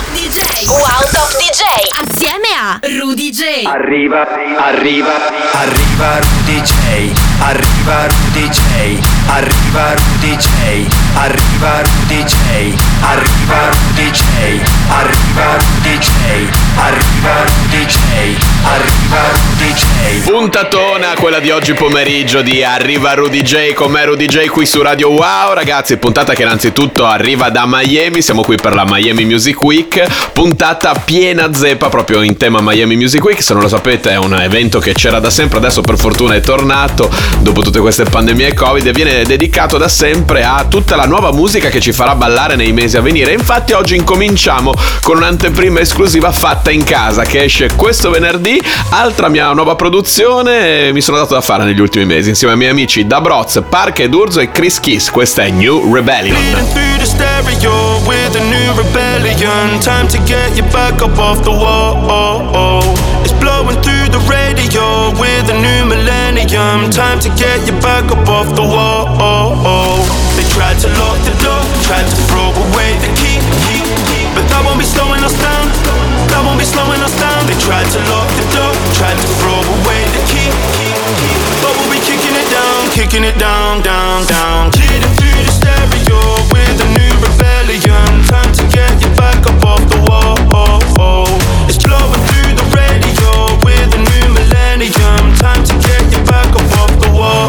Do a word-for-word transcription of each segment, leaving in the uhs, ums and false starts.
Top D J. Wow Top D J. Assieme a Rudy J. Arriva, arriva, arriva Rudy J. Arriva Rudy J. Arriva Rudy J. Arriva Rudy J. Arriva Rudy J. Arriva Rudy J. Arriva Rudy J. Arriva Rudy J. Puntatona quella di oggi pomeriggio di Arriva Rudy J con me Rudy J qui su Radio Wow. Ragazzi, puntata che innanzitutto arriva da Miami. Siamo qui per la Miami Music Week. Puntata piena zeppa proprio in tema Miami Music Week. Se non lo sapete è un evento che c'era da sempre, adesso per fortuna è tornato dopo tutte queste pandemie e Covid, e viene dedicato da sempre a tutta la nuova musica che ci farà ballare nei mesi a venire. Infatti oggi incominciamo con un'anteprima esclusiva fatta in casa che esce questo venerdì, altra mia nuova produzione. Mi sono dato da fare negli ultimi mesi insieme ai miei amici Da Broz, Park Ed Urso e Chris Kiss. Questa è New Rebellion. Time to get you back up off the wall. It's blowing through the radio with a new millennium. Time to get you back up off the wall. They tried to lock the door, tried to throw away the key, but that won't be slowing us down. That won't be slowing us down. They tried to lock the door, tried to throw away the key, but we'll be kicking it down, kicking it down, down, down. Bleeding through the stereo with a new rebellion. Time to get you back up off the wall. It's blowing through the radio with a new millennium. Time to get you back up off the wall.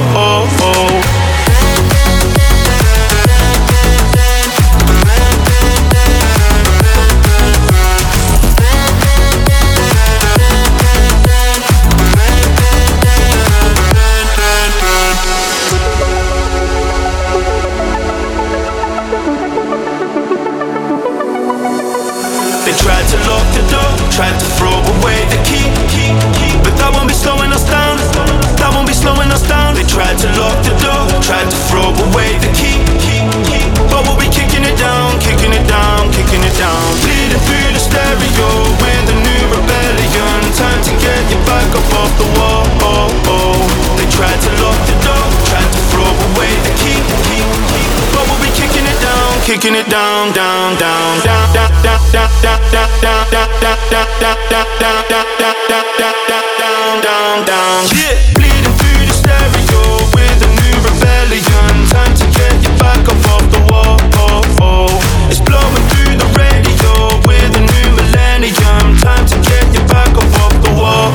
Tried to lock the door, tried to throw away the key, but that won't be slowing us down. That won't be slowing us down. They tried to lock the door, tried to throw away the key, but we'll be kicking it down, kicking it down, kicking it down. Bleeding through the stereo with a new rebellion. Time to get you back up off the wall. They tried to lock the door, tried to throw away the key, but we'll be kicking it down, kicking it down, down, down, down, down, down, down, down, down, down, down, down, down, down, down, down, down, down, down. Yeah, bleeding through the stereo with a new rebellion. Time to get you back up off the wall. It's blowing through the radio with a new millennium. Time to get you back up off the wall.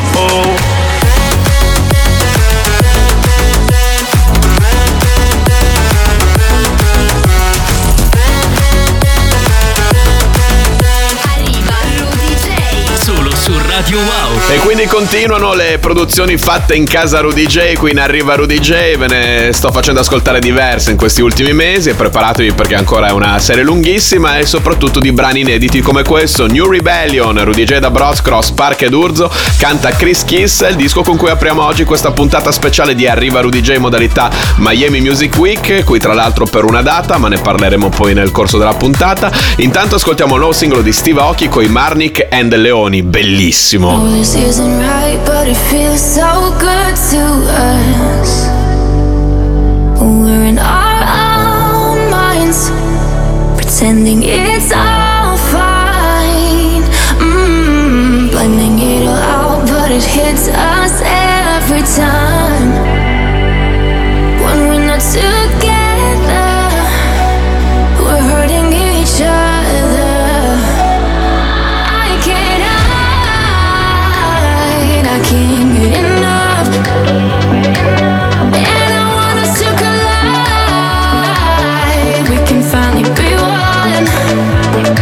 Radio Wow. E quindi continuano le produzioni fatte in casa Rudy J. Qui in Arriva Rudy J, ve ne sto facendo ascoltare diverse in questi ultimi mesi e preparatevi perché ancora è una serie lunghissima e soprattutto di brani inediti come questo, New Rebellion, Rudy J, Da Broz, Cross, Park Ed Urso, canta Chris Kiss, il disco con cui apriamo oggi questa puntata speciale di Arriva Rudy J modalità Miami Music Week, qui tra l'altro per una data, ma ne parleremo poi nel corso della puntata. Intanto ascoltiamo il nuovo singolo di Steve Aoki coi Marnik and the Leoni, bellissimo. Oh, this isn't right, but it feels so good to us. We're in our own minds, pretending it's all fine. Mm, blaming it all out, but it hits us every time. When we're not together, we're hurting each other. I can't get enough, and I want us to collide. We can finally be one.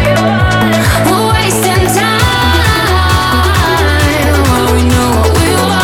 We're wasting time while we know what we want.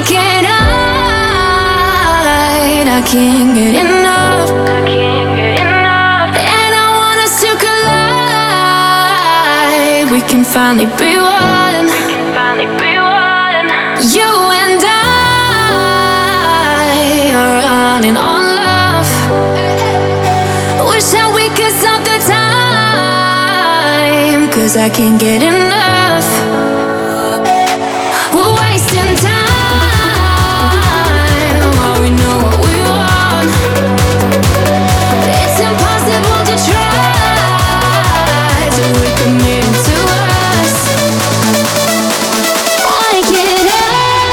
can't hide, I can't get enough. I can't get enough. And I want us to collide. We can finally be one. We can finally be one. You and I are running on love. Wish that we could stop the time, 'cause I can't get enough. We're wasting time while we know what we want. It's impossible to try to recommit to us. Why can't I?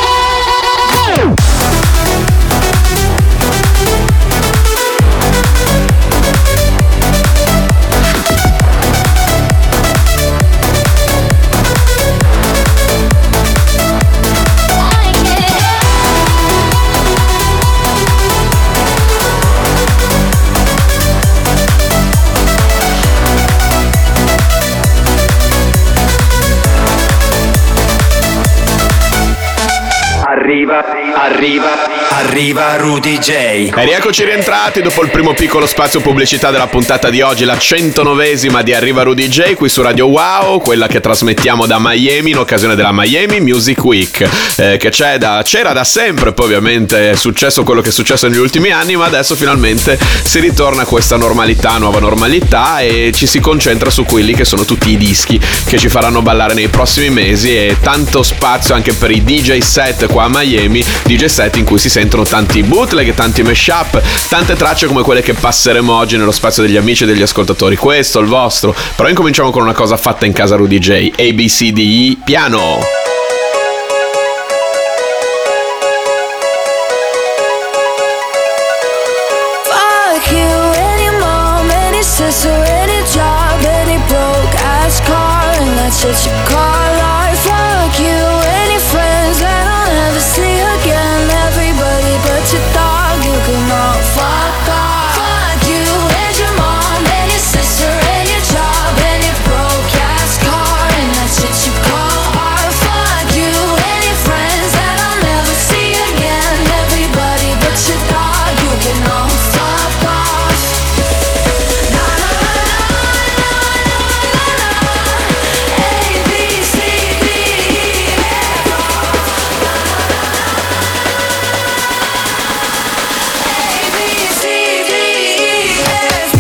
Arriva, arriva, arriva Rudy J. E rieccoci rientrati dopo il primo piccolo spazio pubblicità della puntata di oggi, la centonovesima di Arriva Rudy J qui su Radio Wow, quella che trasmettiamo da Miami in occasione della Miami Music Week, eh, che c'è da, c'era da sempre. Poi ovviamente è successo quello che è successo negli ultimi anni, ma adesso finalmente si ritorna a questa normalità, nuova normalità, e ci si concentra su quelli che sono tutti i dischi che ci faranno ballare nei prossimi mesi, e tanto spazio anche per i D J set qua a Miami, D J set in cui si sentono tanti bootleg, tanti mashup, tante tracce come quelle che passeremo oggi nello spazio degli amici e degli ascoltatori. Questo è il vostro, però incominciamo con una cosa fatta in casa Rudy J. A B C D E, piano. Fuck you, any mom, any sister, any job, any broke ass car, and that's what you call art. Fuck you, any friends that I'll never see again. Everybody but your dog, you can all fuck off. Fuck you, and your mom, and your sister, and your job, and your broke ass car, and that's what you call art. Fuck you, any friends that I'll never see again. Everybody but your dog, you can all fuck off. Na na na na na na na. A B C D E F. A B C D E F.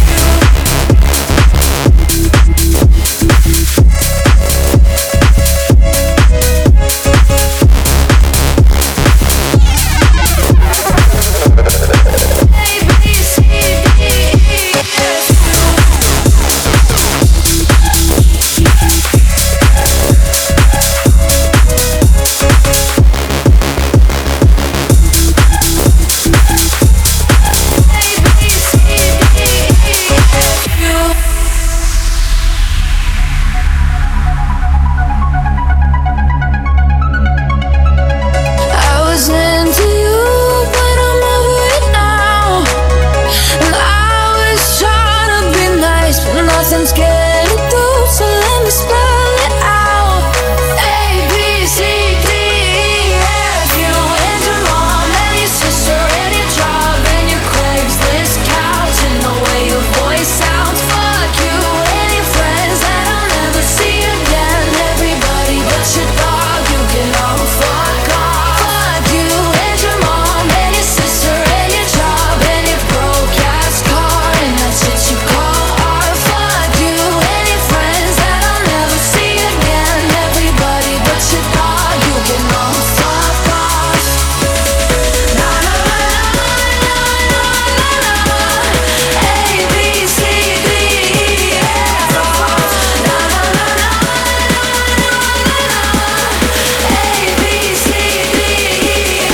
I was into you, but I'm over it now. And I was trying to be nice, but nothing's getting through, so let me spell it out. A B C D E F. You and your mom, and your sister, and your job, and your Craigslist couch, and the way your voice sounds. Fuck you, and your friends that I'll never see again. Everybody but your dog, you can all fuck off. Fuck you, and your mom, and your sister, and your job, and your broke ass car, and that's what you call art. Fuck you, and your friends that I'll never see again. Everybody but your dog, you can all fuck off. Na na na na na na na. A B C D E F. Na na na na na na na. A B C D E F.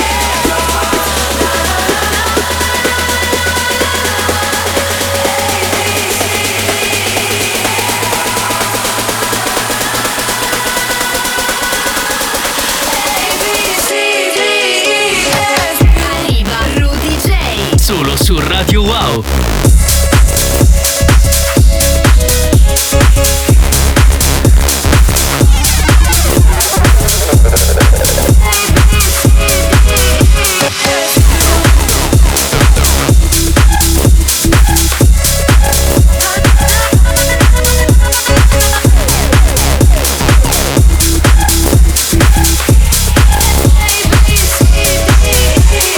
Arriva Rudy J. Solo su Radio Wow. A B C D E F.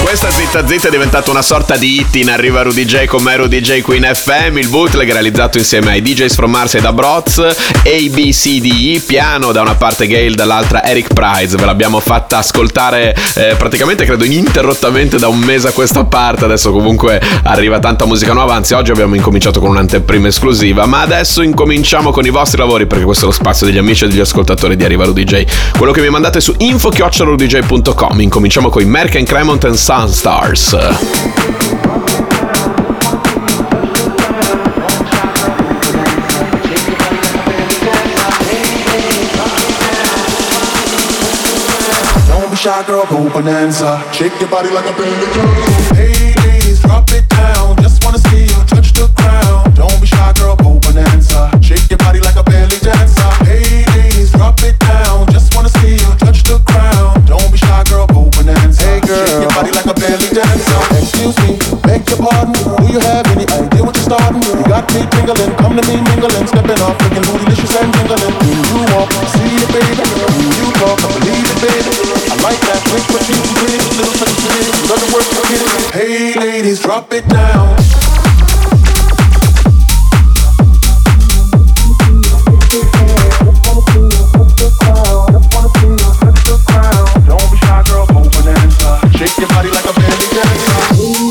Questa zitta zitta è diventata una sorta di hit in Arriva Rudy J con me Rudy J qui in F M, il bootleg realizzato insieme ai D Js from Mars e da Broz, A B C D E, piano da una parte Gale, dall'altra Eric Price. Ve l'abbiamo fatta ascoltare eh, praticamente credo ininterrottamente da un mese a questa parte, adesso comunque arriva tanta musica nuova, anzi oggi abbiamo incominciato con un'anteprima esclusiva, ma adesso incominciamo con i vostri lavori perché questo è lo spazio degli amici e degli ascoltatori di Arriva Rudy J, quello che mi mandate su info chiocciola rudy j punto com. Incominciamo con i Merck and Cremont and Sunstars. Don't be shy, girl, go bonanza. Shake your body like a belly dancer. Hey, ladies, drop it down. Just wanna see you touch the ground. Don't be shy, girl, go bonanza. Shake your body like a belly dancer. Hey, ladies, drop it down. Just wanna see you touch the ground. Don't be shy, girl, go bonanza. Hey, girl, shake your body like a belly dancer. Excuse me, beg your pardon. Do you have any idea what you're starting? You got me tingling, come to me mingling, stepping off, looking bootylicious and jingling. Do you walk, see it, baby? Do you talk, I believe it, baby? I like that, quick, but you can pretty, little touch of it, doesn't work, you get it. Hey, ladies, drop it down. Don't be shy, girl, go bonanza. Shake your body like a belly dancer.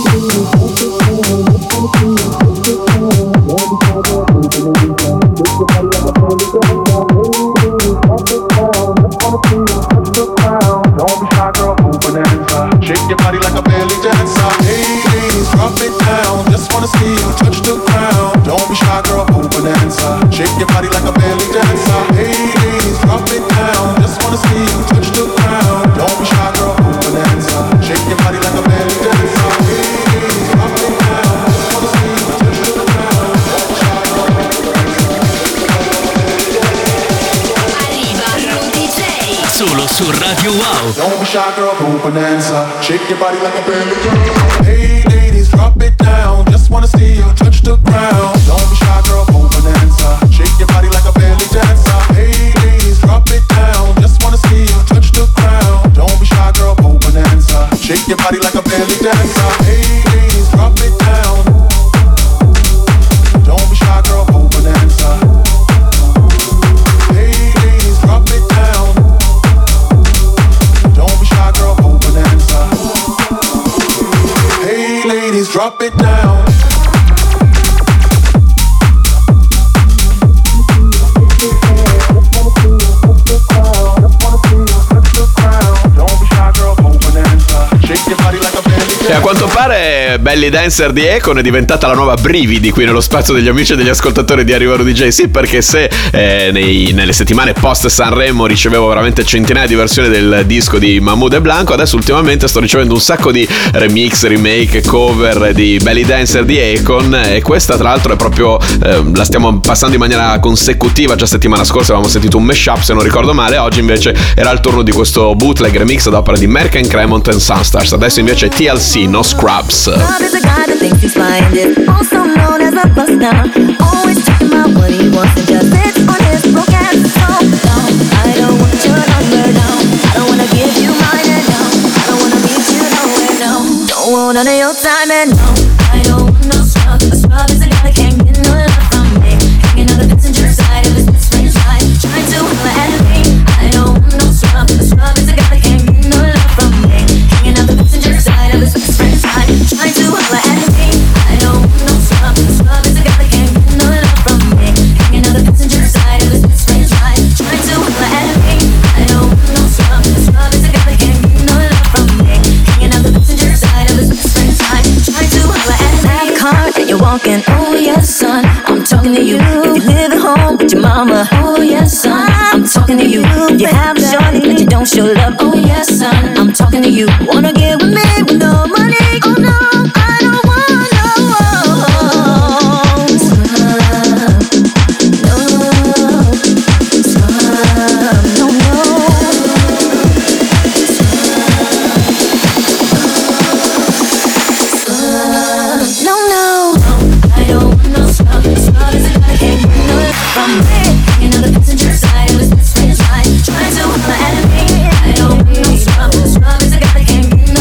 Don't be shy, girl, go bonanza. Shake your body like a belly dancer. Hey, ladies, drop it down. Just wanna see you touch the ground. Don't be shy, girl, go bonanza. Shake your body like a belly dancer. Hey, ladies, drop it down. Just wanna see you touch the ground. Don't be shy, girl, go bonanza. Shake your body like a belly dancer. Hey, ladies, drop it down. Just wanna see you touch the ground. Don't be shy, girl, go Arriva Rudy J. Solo su Radio Wow. Don't be shy, girl, go bonanza. Shake your body like a belly dancer. Hey, ladies, drop it down. Just wanna see you touch the ground. Don't be shy, girl, go bonanza. Shake your body like a belly dancer. Hey, ladies, drop it down. Just wanna see you touch the ground. Don't be shy, girl, go bonanza. Shake your body like a belly dancer. Hey, ladies, drop it down. Don't be shy, girl, go bonanza. Hey, ladies, drop it down. Don't be shy, girl, go bonanza. Hey, ladies, drop it down. E a quanto pare Belly Dancer di Econ è diventata la nuova Brividi qui nello spazio degli amici e degli ascoltatori di Arriva Rudy J. Sì, perché se eh, nei, nelle settimane post Sanremo ricevevo veramente centinaia di versioni del disco di Mahmood e Blanco, adesso ultimamente sto ricevendo un sacco di remix, remake, cover di Belly Dancer di Econ, e questa tra l'altro è proprio eh, la stiamo passando in maniera consecutiva. Già settimana scorsa avevamo sentito un mashup, se non ricordo male, oggi invece era il turno di questo bootleg remix ad opera di Merck and Cremont and Sunstars. Adesso invece T L C, No Scrubs. Love is a guy that thinks he's flying this, also known as a bust down. Always talking about what he wants and just sits on his broke ass. So no, I don't want your number, no. I don't wanna give you mine, and no, I don't wanna meet you nowhere, no. Don't want none of your time, and no, I don't want no scrub. A scrub is a guy that can't get no love from me, hanging on the passenger side of his best friend's ride, trying to holler at me. I don't want no scrub. A scrub is a guy that can't get no love from me, hanging on the passenger side of his best friend's ride, trying to holler at me. I don't want no scrub. A scrub is a guy that can't get no love from me, hanging on the passenger side of his best friend's ride, trying to holler at me. I don't want no scrub. A scrub is a guy that can't get no love from me, hanging on the passenger side of his best friend's ride, trying to holler at me. Have a car and you're walking, oh yes son, I'm talking to you. If you live at home with your mama, oh yes son, I'm talking to you. If you have a shorty but you don't show love, oh yes son, I'm talking to you. Wanna get with me with no money? Oh no, I don't want no scrub. No scrub, no no. Scrub, no no. I don't want no scrub. A scrub is a guy that can't get no love from me, hanging on the passenger side of his best friend's ride, trying to holler at me. I don't want no scrub. A scrub is a guy that can't get no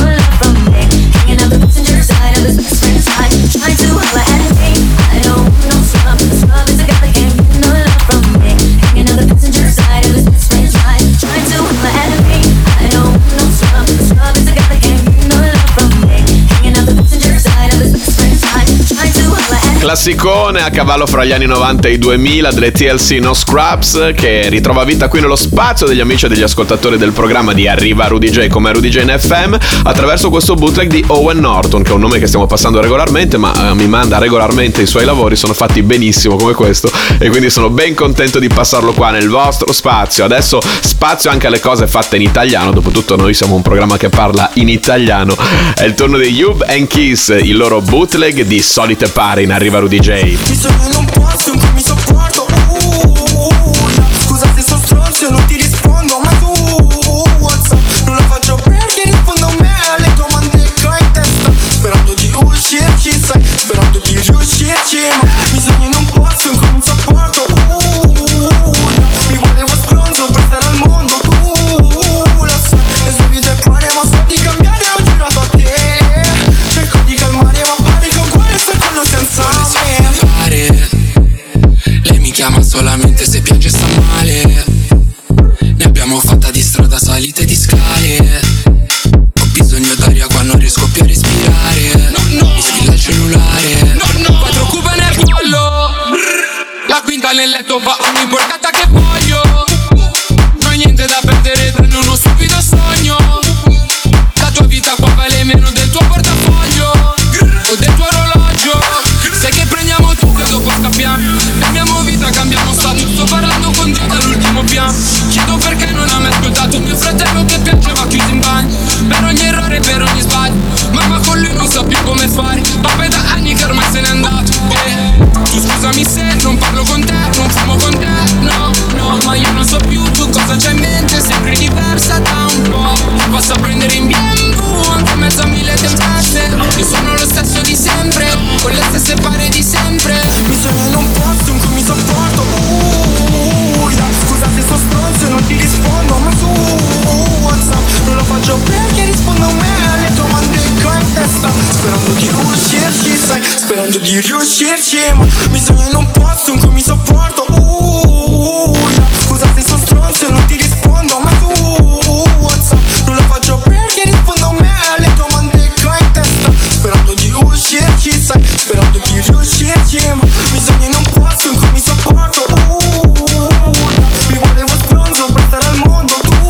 classicone a cavallo fra gli anni novanta e i duemila delle T L C No Scrubs, che ritrova vita qui nello spazio degli amici e degli ascoltatori del programma di Arriva Rudy J come Rudy J in F M attraverso questo bootleg di Owen Norton, che è un nome che stiamo passando regolarmente, ma eh, mi manda regolarmente i suoi lavori, sono fatti benissimo come questo e quindi sono ben contento di passarlo qua nel vostro spazio. Adesso spazio anche alle cose fatte in italiano, dopotutto noi siamo un programma che parla in italiano. È il turno di Yub and Kiss, il loro bootleg di Solite Pare in Arriva Rudy J. Mi sono in un posto in cui mi sopporto, uh, scusa se sono stronzo e non ti rispondo, ma tu WhatsApp non la faccio perché rispondo a me alle domande che ho in testa, sperando di uscirci, sai, sperando di riuscirci, ma mi sono in un posto in cui mi sopporto, uh, mi volevo stronzo per stare al mondo, tu lo sai, le sue vite è cuore, ma so di cambiare, ho girato a te, cerco di calmare, ma panico uguale se quello senza me. Lei mi chiama solamente se piange e sta male. Ne abbiamo fatta di strada, salite di scale. Ho bisogno d'aria quando non riesco più a respirare. No, no. Mi squilla il cellulare. No, no. Quattro cube nel collo. La quinta nel letto va ogni porcata che voglio. Non hai niente da perdere tranne uno stupido sogno. La tua vita qua vale meno del tuo portafoglio o del tuo orologio. Sai che prendiamo tutto e dopo scappiamo. Cambiamo vita, cambiamo status. Sto parlando con te dall'ultimo piano. Chiedo perché non ha mai ascoltato mio fratello che piangeva chiuso in bagno. Per ogni errore, per ogni sbaglio. Mamma con lui non so più come fare. Papà da anni che ormai se n'è andato. E tu scusami se non parlo con te, non fumo con te. No, no, ma io non so più tu cosa c'hai in mente. Sempre diversa da un po'. Posso prendere in B M W anche mezzo a mille tempeste. Io sono lo stesso di sempre, con le stesse pare di sempre. Mi sono in un posto in cui mi sopporto, uh, scusa se sto stronzo e non ti rispondo, ma su WhatsApp non lo faccio perché rispondo a me alle domande che ho in testa, sperando di riuscirci, sai, sperando di riuscirci, ma mi sono in un posto in cui mi sopporto, uh, scusa se sto stronzo e non ti rispondo, ma su WhatsApp non lo faccio perché rispondo a me alle domande che ho in testa, sperando di uscirci, sai, sperando di riuscirci, ma mi sono in un posto in cui mi sopporto, uh, mi volevo stronzo per stare al mondo,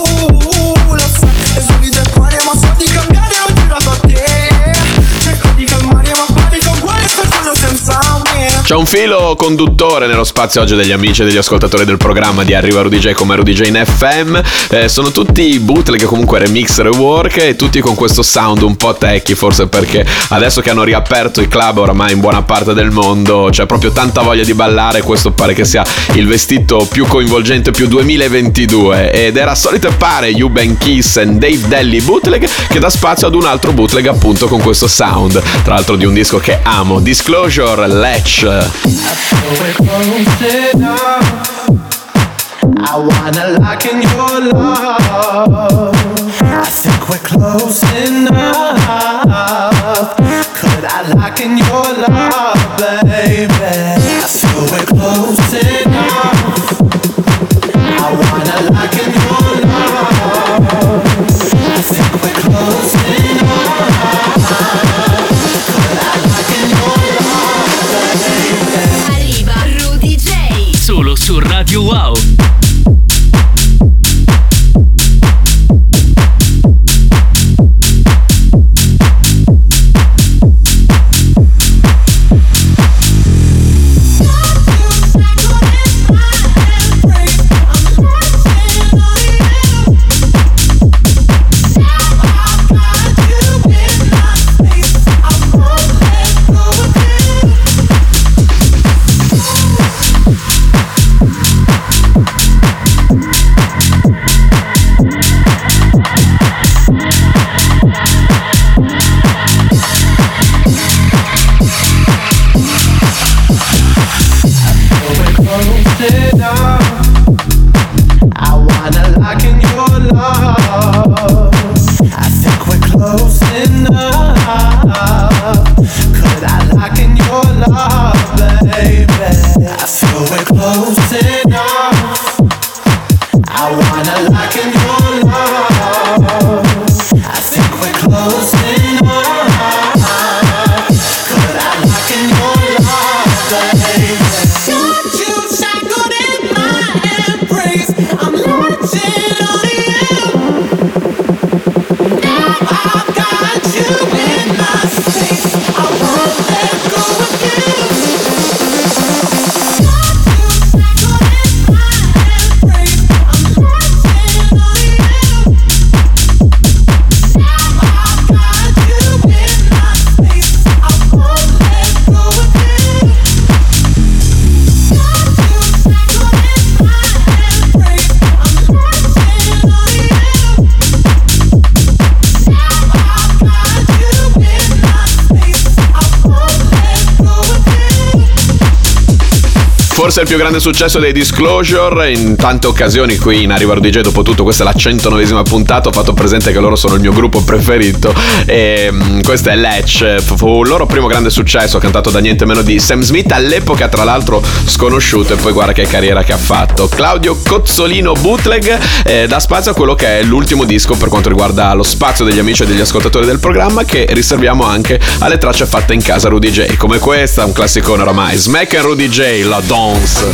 tu lo sai, le sue vite è cuore, ma so di cambiare, ho girato a te, cerco di calmare, ma panico uguale per quello senza me. C'è un filo conduttore nello spazio oggi degli amici e degli ascoltatori del programma di Arriva Rudy J come Rudy J in F M. Eh, sono tutti bootleg, comunque remix, rework, e tutti con questo sound un po' techy, forse perché adesso che hanno riaperto i club oramai in buona parte del mondo c'è proprio tanta voglia di ballare. Questo pare che sia il vestito più coinvolgente, più duemilaventidue, ed era Solite Pare, Yub and Kiss and Dave Delly bootleg, che dà spazio ad un altro bootleg appunto con questo sound, tra l'altro di un disco che amo, Disclosure, Latch. I wanna lock in your love. I think we're close enough. Could I lock in your love, baby? I feel we're close enough. I wanna lock in your love. I think we're close enough. Could I lock in your love, baby? Arriva Rudy J. Solo su Radio Wow. Could I lock in your love? Forse il più grande successo dei Disclosure, in tante occasioni qui in Arriva Rudy J, dopo tutto questa è la centonovesima puntata, ho fatto presente che loro sono il mio gruppo preferito e um, questo è Latch, fu il loro primo grande successo, cantato da niente meno di Sam Smith, all'epoca tra l'altro sconosciuto, e poi guarda che carriera che ha fatto. Claudio Cozzolino Bootleg eh, dà spazio a quello che è l'ultimo disco per quanto riguarda lo spazio degli amici e degli ascoltatori del programma, che riserviamo anche alle tracce fatte in casa Rudy J, come questa, un classicone oramai, Smack and Rudy J, La Dance.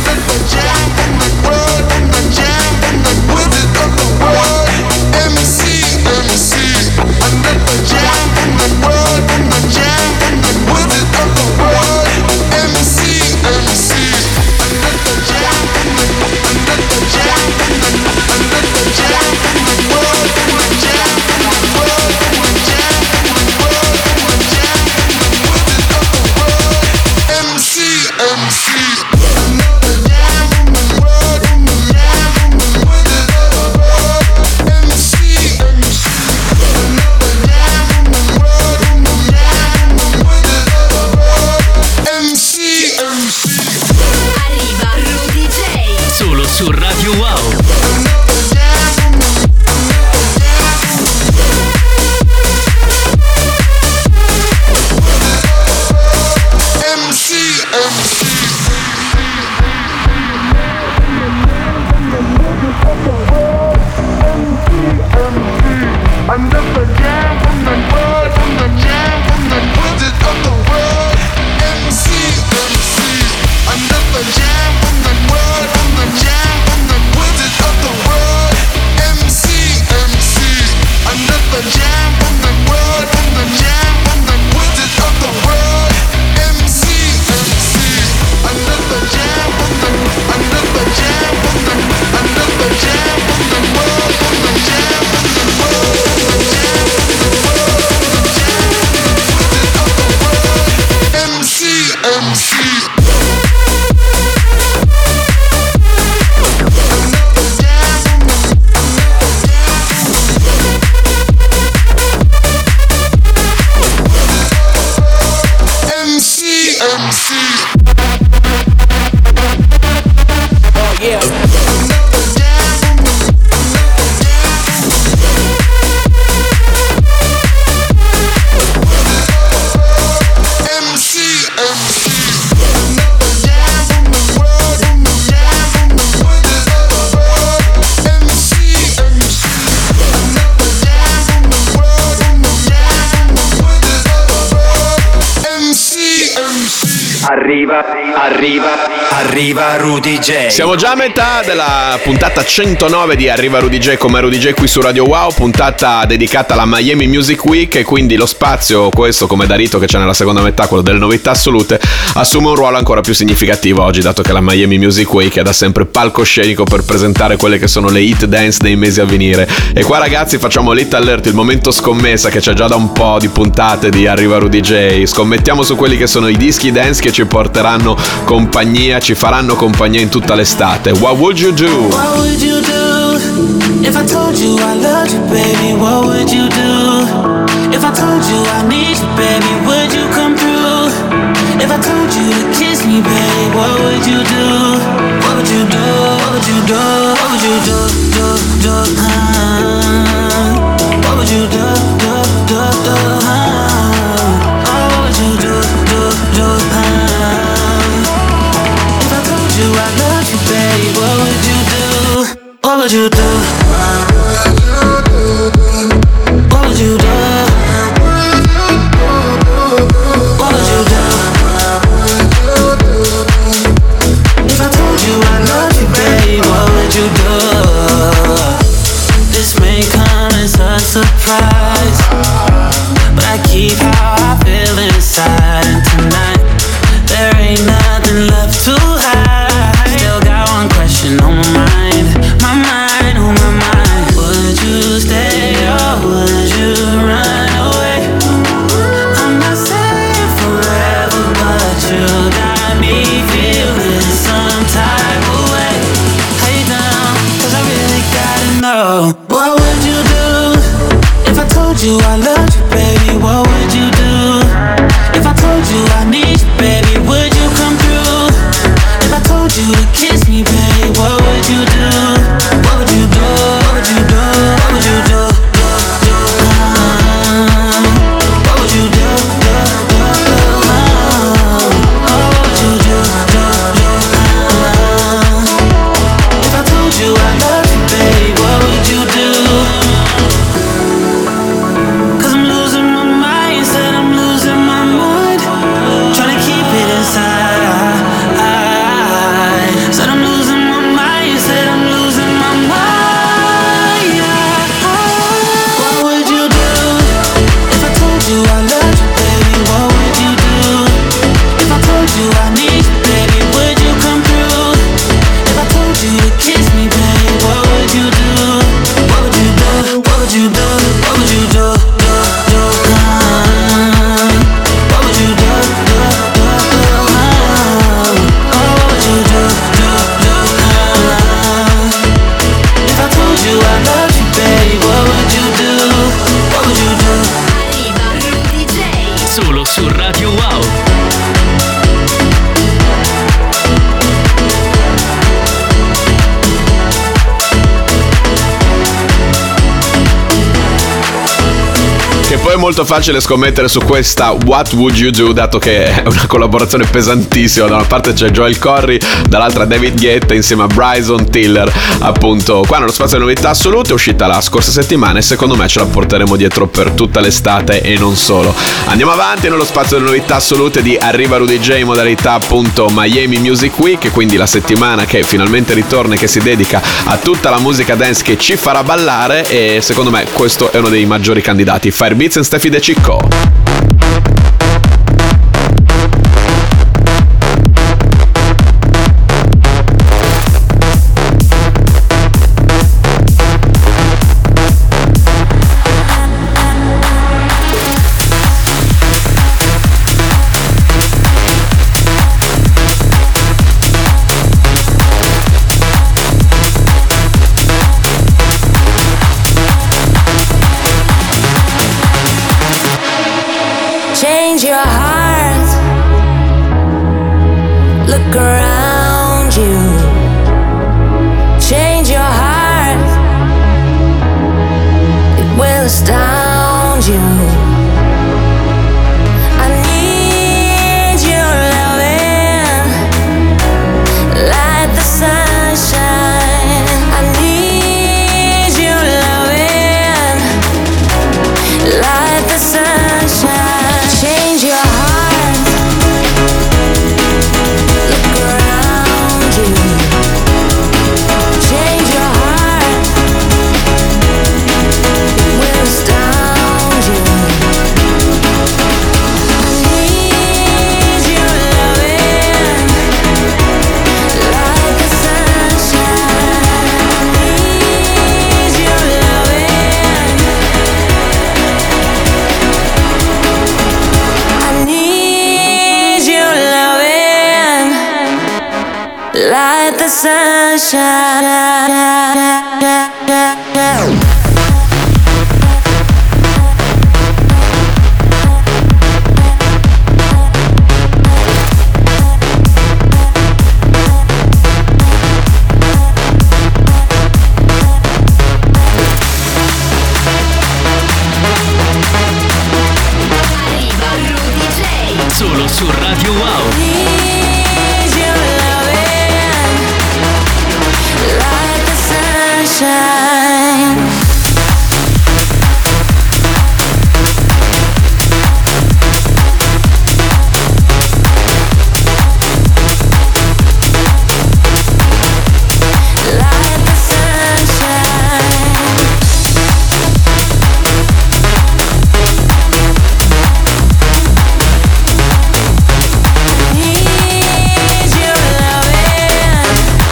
Su Radio Wow. Arriva, arriva, arriva Rudy J. Siamo già a metà della puntata centonove di Arriva Rudy J come Rudy J qui su Radio Wow, puntata dedicata alla Miami Music Week, e quindi lo spazio, questo come da rito che c'è nella seconda metà, quello delle novità assolute, assume un ruolo ancora più significativo oggi, dato che la Miami Music Week è da sempre palcoscenico per presentare quelle che sono le hit dance dei mesi a venire. E qua ragazzi facciamo l'hit alert, il momento scommessa che c'è già da un po' di puntate di Arriva Rudy J. Scommettiamo su quelli che sono i dischi dance che ci porteranno compagnia, ci faranno compagnia in tutta l'estate. What would you do? What would you do if I told you I loved you, baby? What would you do if I told you I need you, baby? Would you come through? If I told you to kiss me, baby, what would you do? What would you do? What would you do? What would you do? Do, do, uh, what would you do? Do, do, do, uh, oh, what would you do? Do, do, uh, if I told you I love you, baby, what would you do? What would you do? What would you do? Surprise, but I keep how I feel inside. And tonight, there ain't nothing left to hide. Still got one question on my mind, my mind, on my mind. Would you stay or would you run away? I'm not saying forever, but you got me feeling some type of way. Hey down, cause I really gotta know. What would you do if I told you I loved you, baby? What would you do if I told Solo su Radio Wow. Che poi è molto facile scommettere su questa What Would You Do, dato che è una collaborazione pesantissima. Da una parte c'è Joel Corry, dall'altra David Guetta insieme a Bryson Tiller. Appunto, qua nello spazio delle novità assolute, è uscita la scorsa settimana e secondo me ce la porteremo dietro per tutta l'estate e non solo. Andiamo avanti nello spazio delle novità assolute di Arriva Rudy J in modalità appunto Miami Music Week, quindi la settimana che finalmente ritorna e che si dedica a tutta la musica dance che ci farà ballare, e secondo me questo è uno dei maggiori candidati. Fire Beats and Steffi De Cicco. Change your heart. Look around you. Change your heart. It will astound you. I need your loving, like the sunshine. I need your loving, like the sunshine. Change your heart. Look around you. Change your heart. It will astound you. I need your loving, like the sunshine. I need your loving. I need your loving, like the sunshine. Solo su Radio Wow. Need your loving, like the sunshine. Like the sunshine. Need your loving,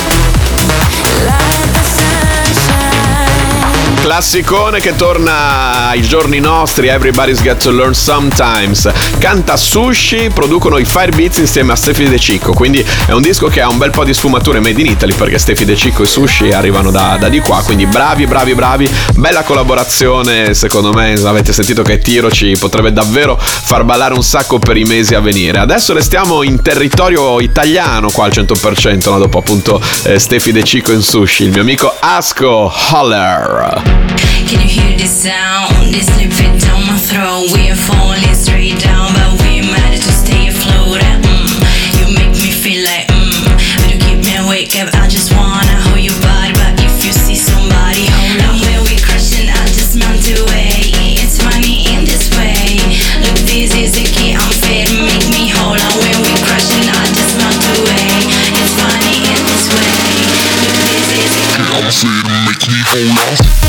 like the sunshine. Classicone che torna ai giorni nostri, Everybody's Got to Learn Sometimes. Canta Sushi, producono i Fire Beats insieme a Steffi De Cicco, quindi è un disco che ha un bel po' di sfumature made in Italy, perché Steffi De Cicco e Sushi arrivano da, da di qua, quindi bravi bravi bravi, bella collaborazione. Secondo me avete sentito che tiro, ci potrebbe davvero far ballare un sacco per i mesi a venire. Adesso restiamo in territorio italiano qua al cento per cento, no? Dopo appunto eh, Steffi De Cicco in Sushi, il mio amico Asco Holler. Can you hear this sound? This liquid down my throat. We are falling straight down, but we managed to stay afloat. Mm, you make me feel like mm, but you keep me awake up. I just wanna hold your body, but if you see somebody, hold on. When we crashing, I just melt away. It's funny in this way. Look, this is the key. I'm fed, make me hold on. When we crashing, I just melt away. It's funny in this way. Look, this is the key. I'm fed, make me hold on.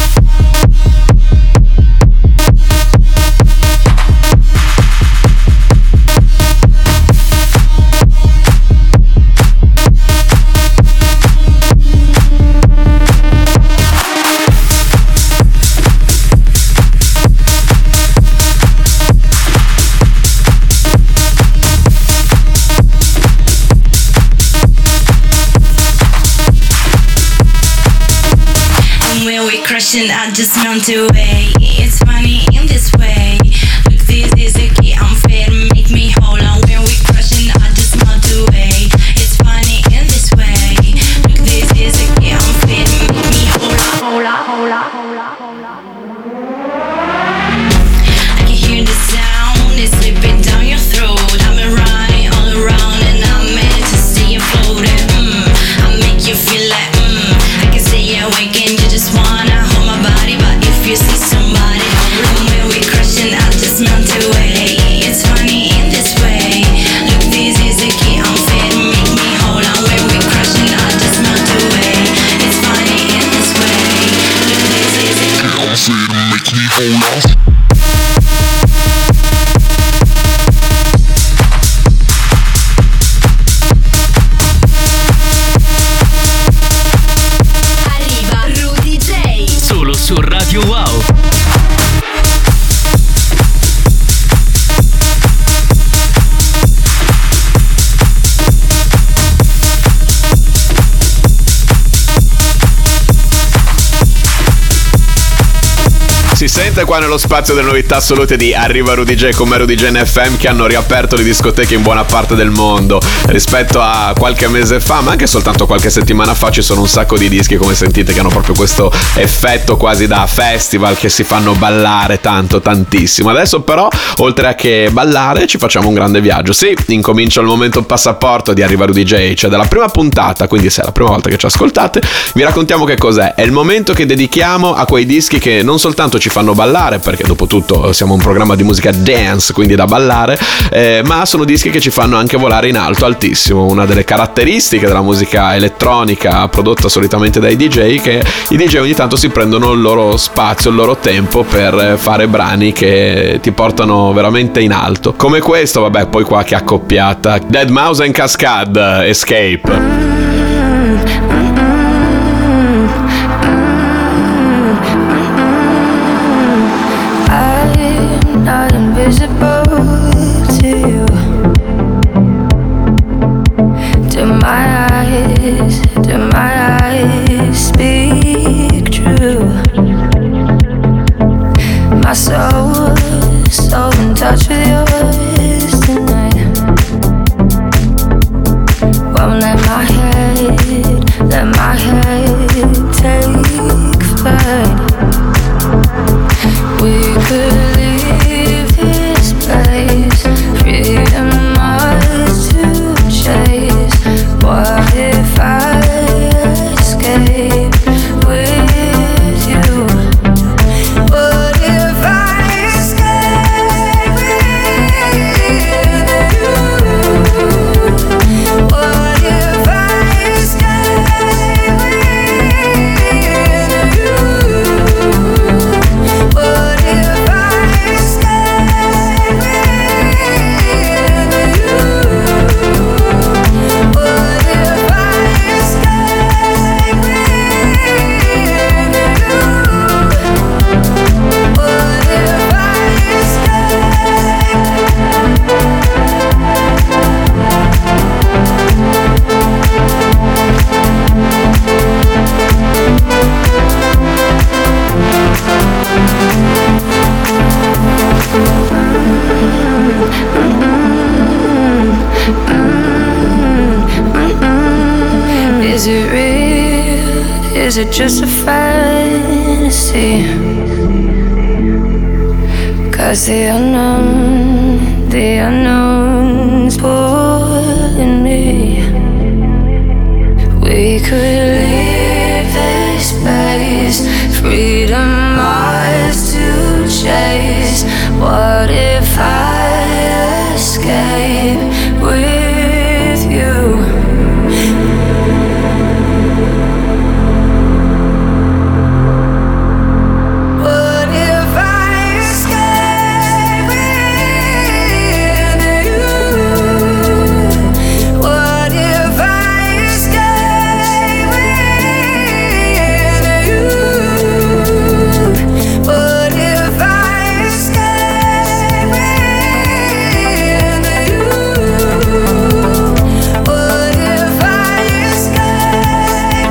I just melt away. It's funny in this way. Look, this is the key. I'm fed. Si sente qua nello spazio delle novità assolute di Arriva Rudy J come Rudy J N F M, che hanno riaperto le discoteche in buona parte del mondo. Rispetto a qualche mese fa, ma anche soltanto qualche settimana fa, ci sono un sacco di dischi, come sentite, che hanno proprio questo effetto quasi da festival, che si fanno ballare tanto, tantissimo. Adesso però, oltre a che ballare, ci facciamo un grande viaggio. Sì, incomincia il momento passaporto di Arriva Rudy J, cioè dalla prima puntata, quindi se è la prima volta che ci ascoltate, vi raccontiamo che cos'è. È il momento che dedichiamo a quei dischi che non soltanto ci fanno ballare, perché dopo tutto siamo un programma di musica dance, quindi da ballare, eh, ma sono dischi che ci fanno anche volare in alto, altissimo. Una delle caratteristiche della musica elettronica prodotta solitamente dai D J, che i D J ogni tanto si prendono il loro spazio, il loro tempo per fare brani che ti portano veramente in alto, come questo, vabbè, poi qua che accoppiata, deadmau5 and Kaskade, Escape. Not invisible to you. Do my eyes, do my eyes speak true? My soul, so in touch with yours tonight. Won't let my head, let my head take flight. We could leave this place, freedom ours to chase. What if I escape with you? What if I escape with you? What if I escape with you? What if I escape with you? What if I escape with you? What if I Is it real? Is it just a fantasy? 'Cause the unknown, the unknown's pulling me. We could leave this place, freedom ours to chase. What if I escape with you? What if I escape with you? What if I escape with you? What if I escape with you? What if I escape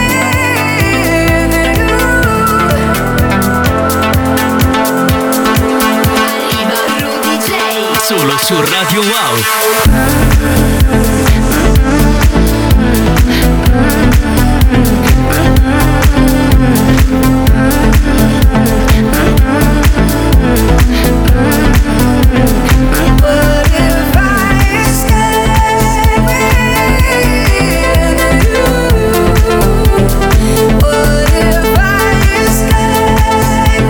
Arriva Rudy J. Solo su Radio Wow. What if I escape with you? What if I escape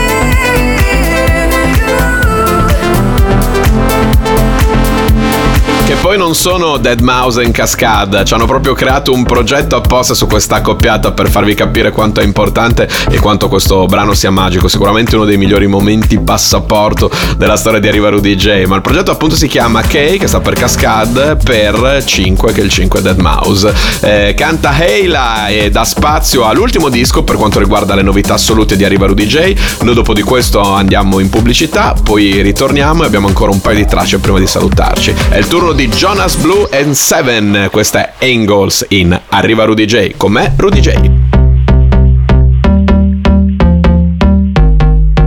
with you? Che poi non sono deadmau5 and Kaskade, ci hanno proprio creato un progetto apposta su questa accoppiata per farvi capire quanto è importante e quanto questo brano sia magico. Sicuramente uno dei migliori momenti passaporto della storia di Arriva Rudy J. Ma il progetto appunto si chiama K, che sta per Kaskade, per cinque, che è il cinque deadmau5. Eh, canta Heila e dà spazio all'ultimo disco per quanto riguarda le novità assolute di Arriva Rudy J. Noi dopo di questo andiamo in pubblicità, poi ritorniamo e abbiamo ancora un paio di tracce prima di salutarci. È il turno di Jonas Blue and Seven, questa è Angles in Arriva Rudy J, con me Rudy J.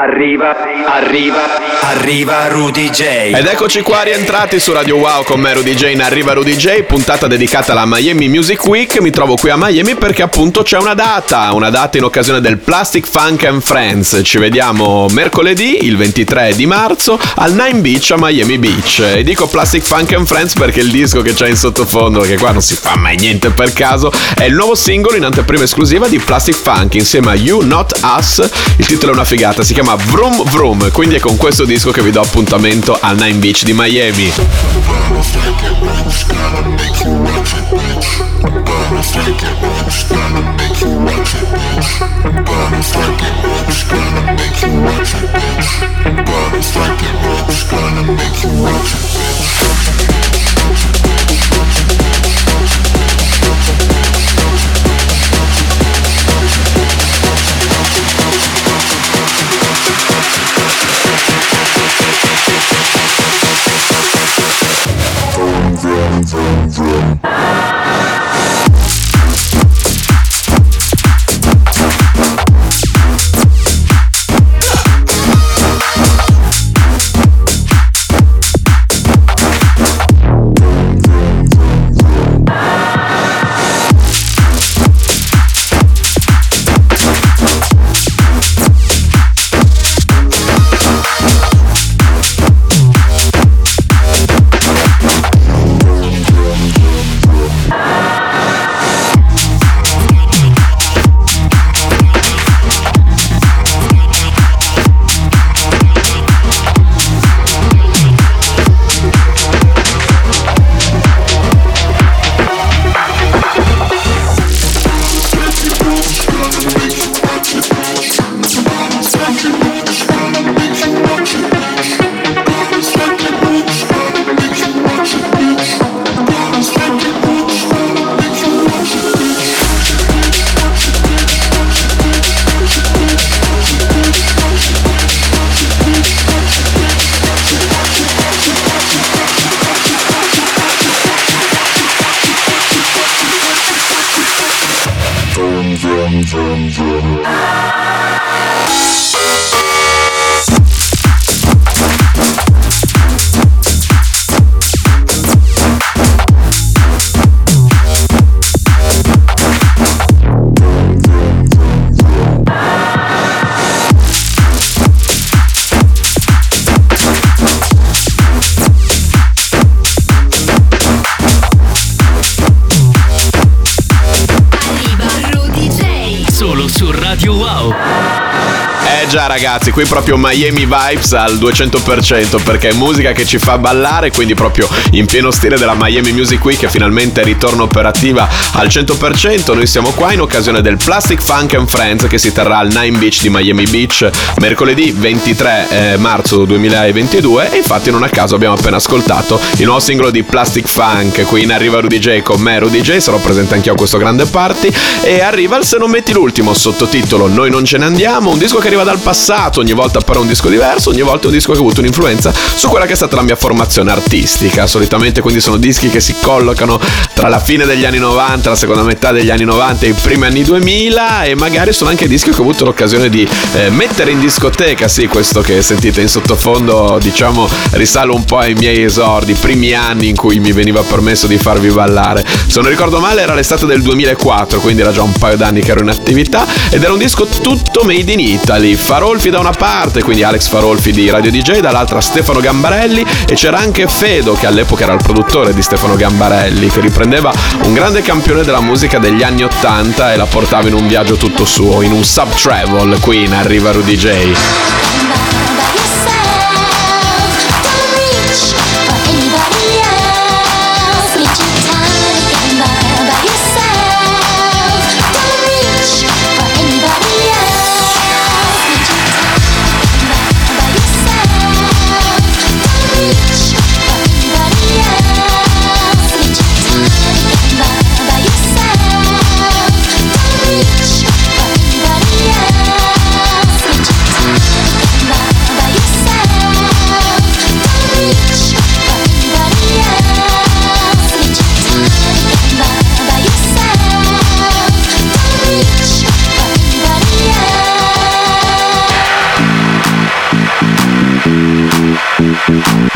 Arriva, arriva, arriva Rudy J. Ed eccoci qua rientrati su Radio Wow con me Rudy J in Arriva Rudy J, puntata dedicata alla Miami Music Week. Mi trovo qui a Miami perché appunto c'è una data, una data in occasione del Plastic Funk and Friends. Ci vediamo mercoledì, il ventitré di marzo, al Nine Beach a Miami Beach. E dico Plastic Funk and Friends perché il disco che c'è in sottofondo, perché qua non si fa mai niente per caso, è il nuovo singolo in anteprima esclusiva di Plastic Funk insieme a You Not Us. Il titolo è una figata, si chiama Vroom Vroom, quindi è con questo disco che vi do appuntamento al Nine Beach di Miami. Vroom, vroom, vroom. Già ragazzi, qui proprio Miami Vibes al duecento per cento, perché è musica che ci fa ballare, quindi proprio in pieno stile della Miami Music Week che finalmente ritorna operativa al cento per cento. Noi siamo qua in occasione del Plastic Funk and Friends che si terrà al Nine Beach di Miami Beach mercoledì ventitré marzo duemilaventidue, e infatti non a caso abbiamo appena ascoltato il nuovo singolo di Plastic Funk. Qui in Arriva Rudy J con me Rudy J, sarò presente anch'io a questo grande party, e arriva il Se non metti l'ultimo, sottotitolo Noi non ce ne andiamo, un disco che arriva dal passato, ogni volta però un disco diverso, ogni volta un disco che ha avuto un'influenza su quella che è stata la mia formazione artistica. Solitamente quindi sono dischi che si collocano tra la fine degli anni novanta, la seconda metà degli anni novanta e i primi anni duemila, e magari sono anche dischi che ho avuto l'occasione di eh, mettere in discoteca. Sì, questo che sentite in sottofondo, diciamo, risale un po' ai miei esordi, primi anni in cui mi veniva permesso di farvi ballare. Se non ricordo male era l'estate del duemilaquattro, quindi era già un paio d'anni che ero in attività, ed era un disco tutto made in Italy. Farolfi da una parte, quindi Alex Farolfi di Radio D J, dall'altra Stefano Gambarelli, e c'era anche Fedo che all'epoca era il produttore di Stefano Gambarelli, che riprendeva un grande campione della musica degli anni ottanta e la portava in un viaggio tutto suo, in un sub travel. Qui in Arriva Rudy J. Reach for anybody else.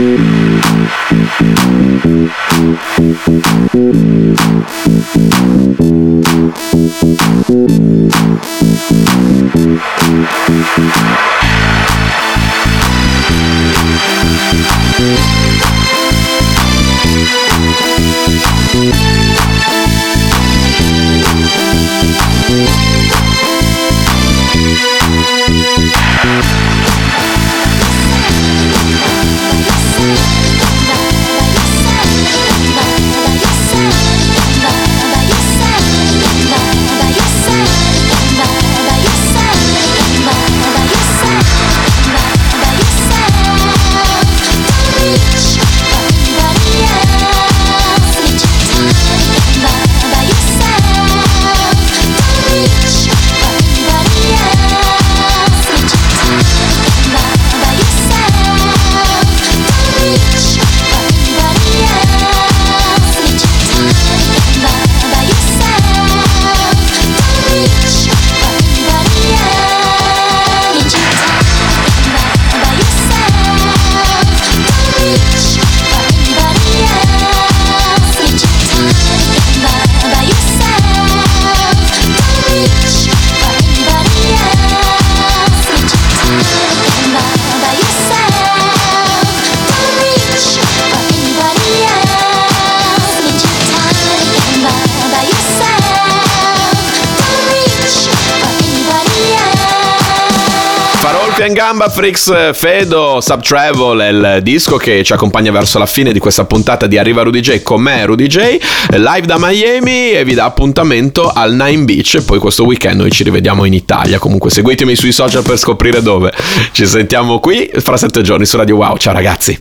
in gamba, Freaks, Fedo, Sub Travel è il disco che ci accompagna verso la fine di questa puntata di Arriva Rudy J con me, Rudy J, live da Miami, e vi dà appuntamento al Nine Beach. E poi questo weekend noi ci rivediamo in Italia. Comunque seguitemi sui social per scoprire dove. Ci sentiamo qui fra sette giorni su Radio Wow. Ciao ragazzi.